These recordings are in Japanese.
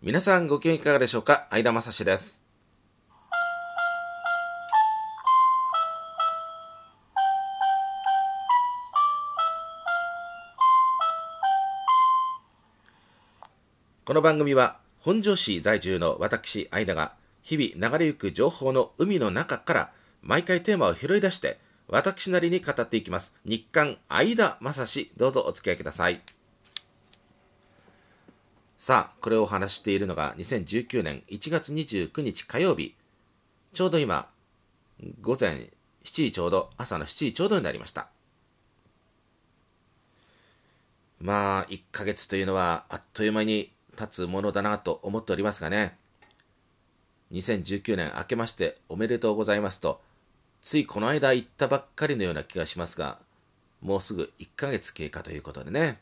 皆さんご機嫌いかがでしょうか。相田正史です。この番組は本庄市在住の私相田が日々流れゆく情報の海の中から毎回テーマを拾い出して私なりに語っていきます。日刊相田正史、どうぞお付き合いください。さあ、これをお話ししているのが2019年1月29日火曜日、ちょうど今午前7時ちょうど、朝の7時ちょうどになりました。まあ1ヶ月というのはあっという間に経つものだなと思っておりますがね、2019年明けましておめでとうございますと、ついこの間言ったばっかりのような気がしますが、もうすぐ1ヶ月経過ということでね、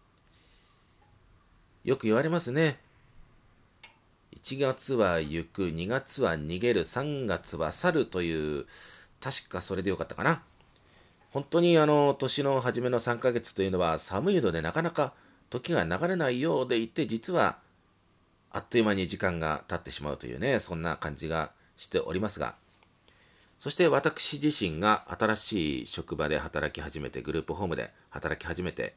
よく言われますね。1月は行く、2月は逃げる、3月は去るという、確かそれでよかったかな。本当に年の初めの3ヶ月というのは寒いのでなかなか時が流れないようでいて、実はあっという間に時間が経ってしまうというね、そんな感じがしておりますが、そして私自身が新しい職場で働き始めて、グループホームで働き始めて、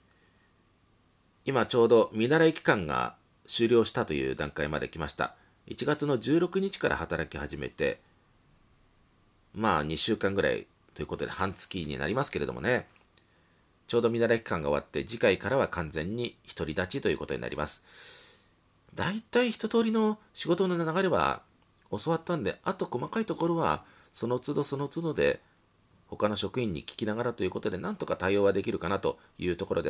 今ちょうど見習い期間が終了したという段階まで来ました。1月の16日から働き始めて、まあ2週間ぐらいということで半月になりますけれどもね、ちょうど見習い期間が終わって、次回からは完全に独り立ちということになります。だいたい一通りの仕事の流れは教わったんで、あと細かいところはその都度その都度で他の職員に聞きながらということで、なんとか対応はできるかなというところです。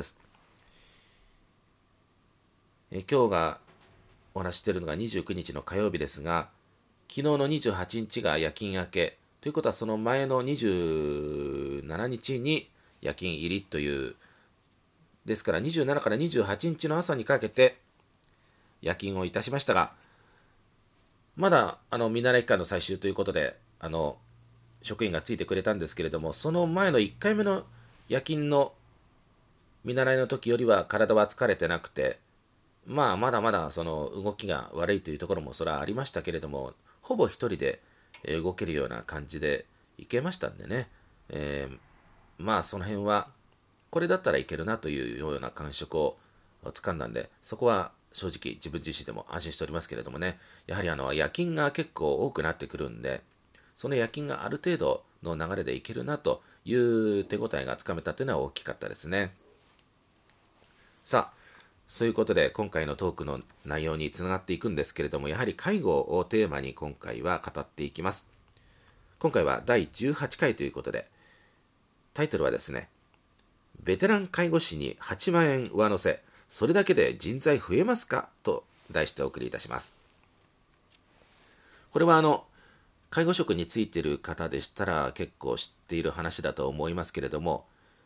今日がお話ししているのが29日の火曜日ですが、昨日の28日が夜勤明けということは、その前の27日に夜勤入りという、ですから27から28日の朝にかけて夜勤をいたしましたが、まだ見習い期間の最終ということで職員がついてくれたんですけれども、その前の1回目の夜勤の見習いの時よりは体は疲れてなくて、まあまだまだその動きが悪いというところもそれはありましたけれども、ほぼ一人で動けるような感じでいけましたんでね、まあその辺はこれだったらいけるなというような感触をつかんだんで、そこは正直自分自身でも安心しておりますけれどもね、やはり夜勤が結構多くなってくるんで、その夜勤がある程度の流れでいけるなという手応えがつかめたというのは大きかったですね。さあ、そういうことで今回のトークの内容につながっていくんですけれども、やはり介護をテーマに今回は語っていきます。今回は第18回ということで、タイトルはですね、ベテラン介護士に8万円上乗せ、それだけで人材増えますかと題してお送りいたします。これは介護職についている方でしたら結構知っている話だと思いますけれども、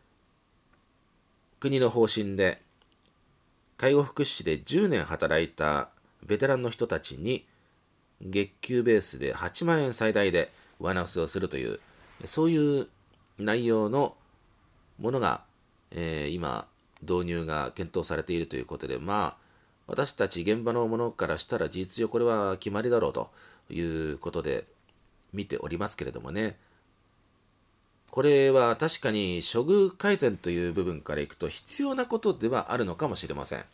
国の方針で介護福祉士で10年働いたベテランの人たちに月給ベースで8万円最大で上乗せをするという、そういう内容のものが、今導入が検討されているということで、まあ私たち現場のものからしたら事実上これは決まりだろうということで見ておりますけれどもね、これは確かに処遇改善という部分からいくと必要なことではあるのかもしれません。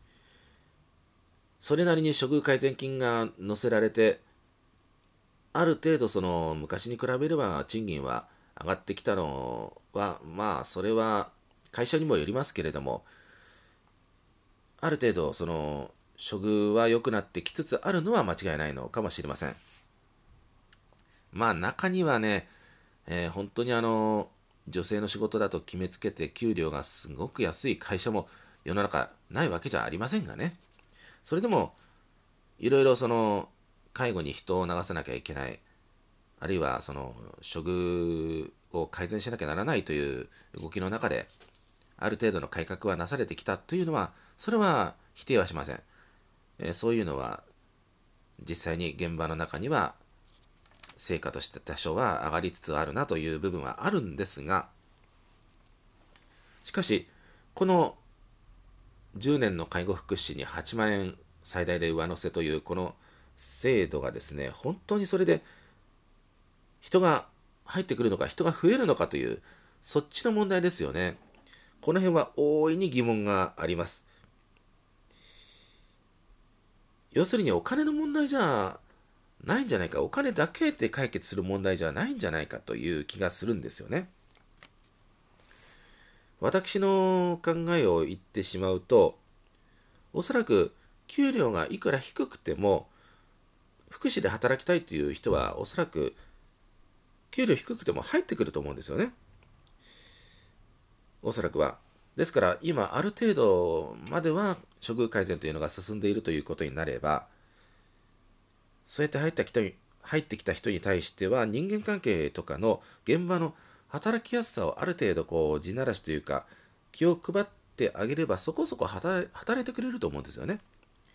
それなりに処遇改善金が載せられて、ある程度その昔に比べれば賃金は上がってきたのは、まあそれは会社にもよりますけれども、ある程度その処遇は良くなってきつつあるのは間違いないのかもしれません。まあ中にはね、本当に女性の仕事だと決めつけて給料がすごく安い会社も世の中ないわけじゃありませんがね。それでもいろいろその介護に人を流さなきゃいけない、あるいはその処遇を改善しなきゃならないという動きの中で、ある程度の改革はなされてきたというのは、それは否定はしません。そういうのは実際に現場の中には成果として多少は上がりつつあるなという部分はあるんですが、しかしこの10年の介護福祉に8万円最大で上乗せというこの制度がですね、本当にそれで人が入ってくるのか、人が増えるのかという、そっちの問題ですよね。この辺は大いに疑問があります。要するにお金の問題じゃないんじゃないか、お金だけで解決する問題じゃないんじゃないかという気がするんですよね。私の考えを言ってしまうと、おそらく給料がいくら低くても、福祉で働きたいという人はおそらく給料低くても入ってくると思うんですよね。おそらくは。ですから今ある程度までは処遇改善というのが進んでいるということになれば、そうやって入ってきた人に対しては人間関係とかの現場の働きやすさをある程度地ならしというか気を配ってあげればそこそこ働いてくれると思うんですよね。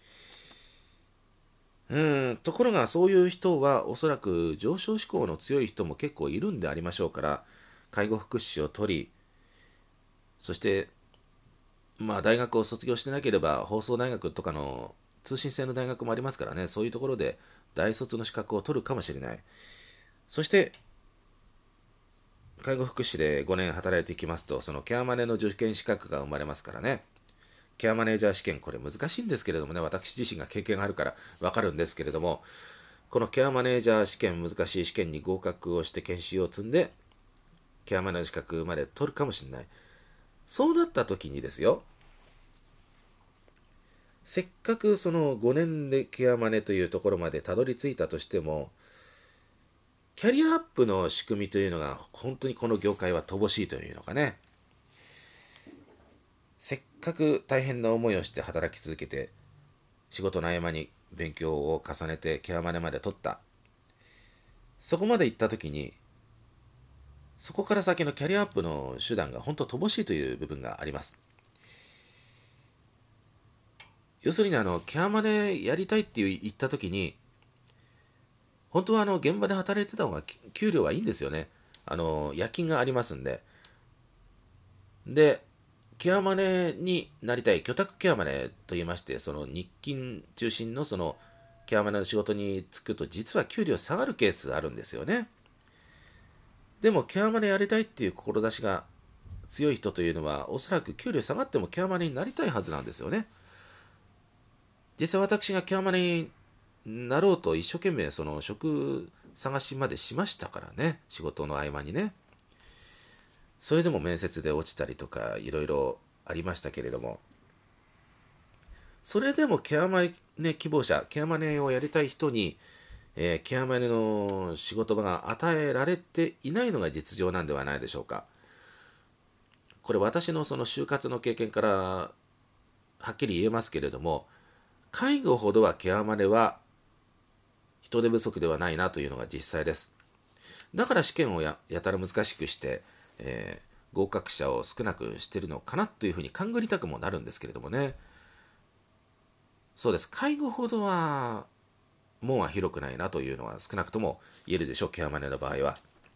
ところがそういう人はおそらく上昇志向の強い人も結構いるんでありましょうから、介護福祉を取り、そして大学を卒業してなければ放送大学とかの通信制の大学もありますからね、そういうところで大卒の資格を取るかもしれない。そして介護福祉で5年働いていきますと、そのケアマネの受験資格が生まれますからね。ケアマネージャー試験、これ難しいんですけれどもね、私自身が経験があるからわかるんですけれども、このケアマネージャー試験、難しい試験に合格をして研修を積んで、ケアマネの資格まで取るかもしれない。そうなった時にですよ、せっかくその5年でケアマネというところまでたどり着いたとしても、キャリアアップの仕組みというのが本当にこの業界は乏しいというのかね。せっかく大変な思いをして働き続けて、仕事の合間に勉強を重ねてケアマネまで取った。そこまで行った時に、そこから先のキャリアアップの手段が本当乏しいという部分があります。要するにケアマネやりたいって言った時に、本当は現場で働いてた方が給料はいいんですよね。夜勤がありますんで。で、ケアマネになりたい、居宅ケアマネと言いまして、その日勤中心のそのケアマネの仕事に就くと、実は給料下がるケースあるんですよね。でも、ケアマネやりたいっていう志が強い人というのは、おそらく給料下がってもケアマネになりたいはずなんですよね。実際私がケアマネになろうと一生懸命その職探しまでしましたからね、仕事の合間にね。それでも面接で落ちたりとかいろいろありましたけれども、それでもケアマネ希望者、ケアマネをやりたい人に、ケアマネの仕事場が与えられていないのが実情なんではないでしょうか。これ私のその就活の経験からはっきり言えますけれども、介護ほどはケアマネは人手不足ではないなというのが実際です。だから試験をやたら難しくして、合格者を少なくしているのかなというふうに勘ぐりたくもなるんですけれどもね。そうです。介護ほどは門は広くないなというのは少なくとも言えるでしょう、ケアマネの場合は。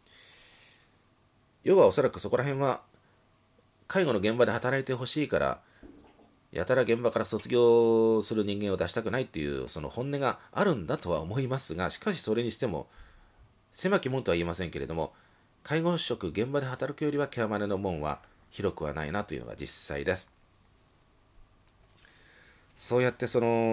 要はおそらくそこら辺は介護の現場で働いてほしいから、やたら現場から卒業する人間を出したくないっていうその本音があるんだとは思いますが、しかしそれにしても狭き門とは言いませんけれども、介護職現場で働くよりはケアマネの門は広くはないなというのが実際です。そうやって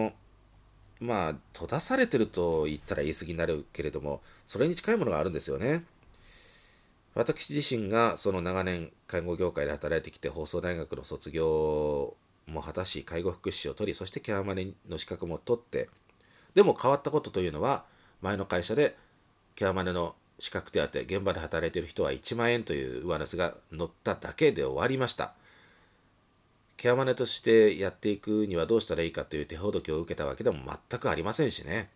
閉ざされてると言ったら言い過ぎになるけれども、それに近いものがあるんですよね。私自身がその長年介護業界で働いてきて、放送大学の卒業も果たし、介護福祉士を取り、そしてケアマネの資格も取って、でも変わったことというのは、前の会社でケアマネの資格手当、現場で働いている人は1万円という上乗せが乗っただけで終わりました。ケアマネとしてやっていくにはどうしたらいいかという手ほどきを受けたわけでも全くありませんしね。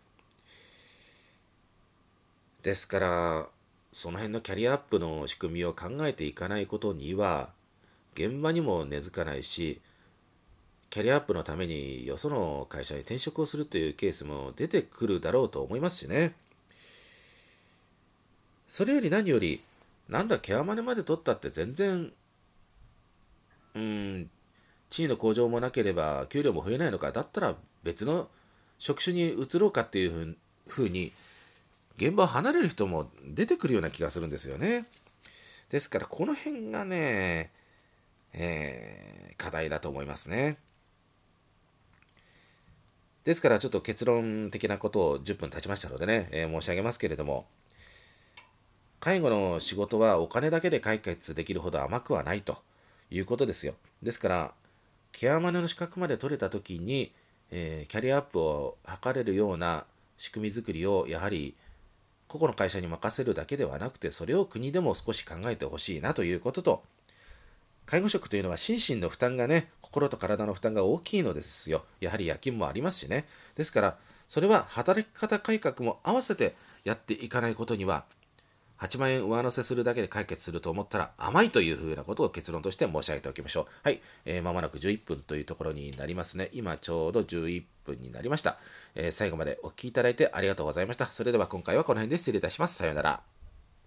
ですから、その辺のキャリアアップの仕組みを考えていかないことには、現場にも根付かないし、キャリアアップのためによその会社に転職をするというケースも出てくるだろうと思いますしね。それより何より、なんだケアマネまで取ったって全然、地位の向上もなければ給料も増えないのか、だったら別の職種に移ろうかっていうふうに現場を離れる人も出てくるような気がするんですよね。ですからこの辺がね、課題だと思いますね。ですからちょっと結論的なことを10分経ちましたのでね、申し上げますけれども、介護の仕事はお金だけで解決できるほど甘くはないということですよ。ですから、ケアマネの資格まで取れたときに、キャリアアップを図れるような仕組み作りをやはり個々の会社に任せるだけではなくて、それを国でも少し考えてほしいなということと、介護職というのは心身の負担がね、心と体の負担が大きいのですよ。やはり夜勤もありますしね。ですから、それは働き方改革も合わせてやっていかないことには、8万円上乗せするだけで解決すると思ったら甘いというふうなことを結論として申し上げておきましょう。はい、まもなく11分というところになりますね。今ちょうど11分になりました。最後までお聞きいただいてありがとうございました。それでは今回はこの辺で失礼いたします。さようなら。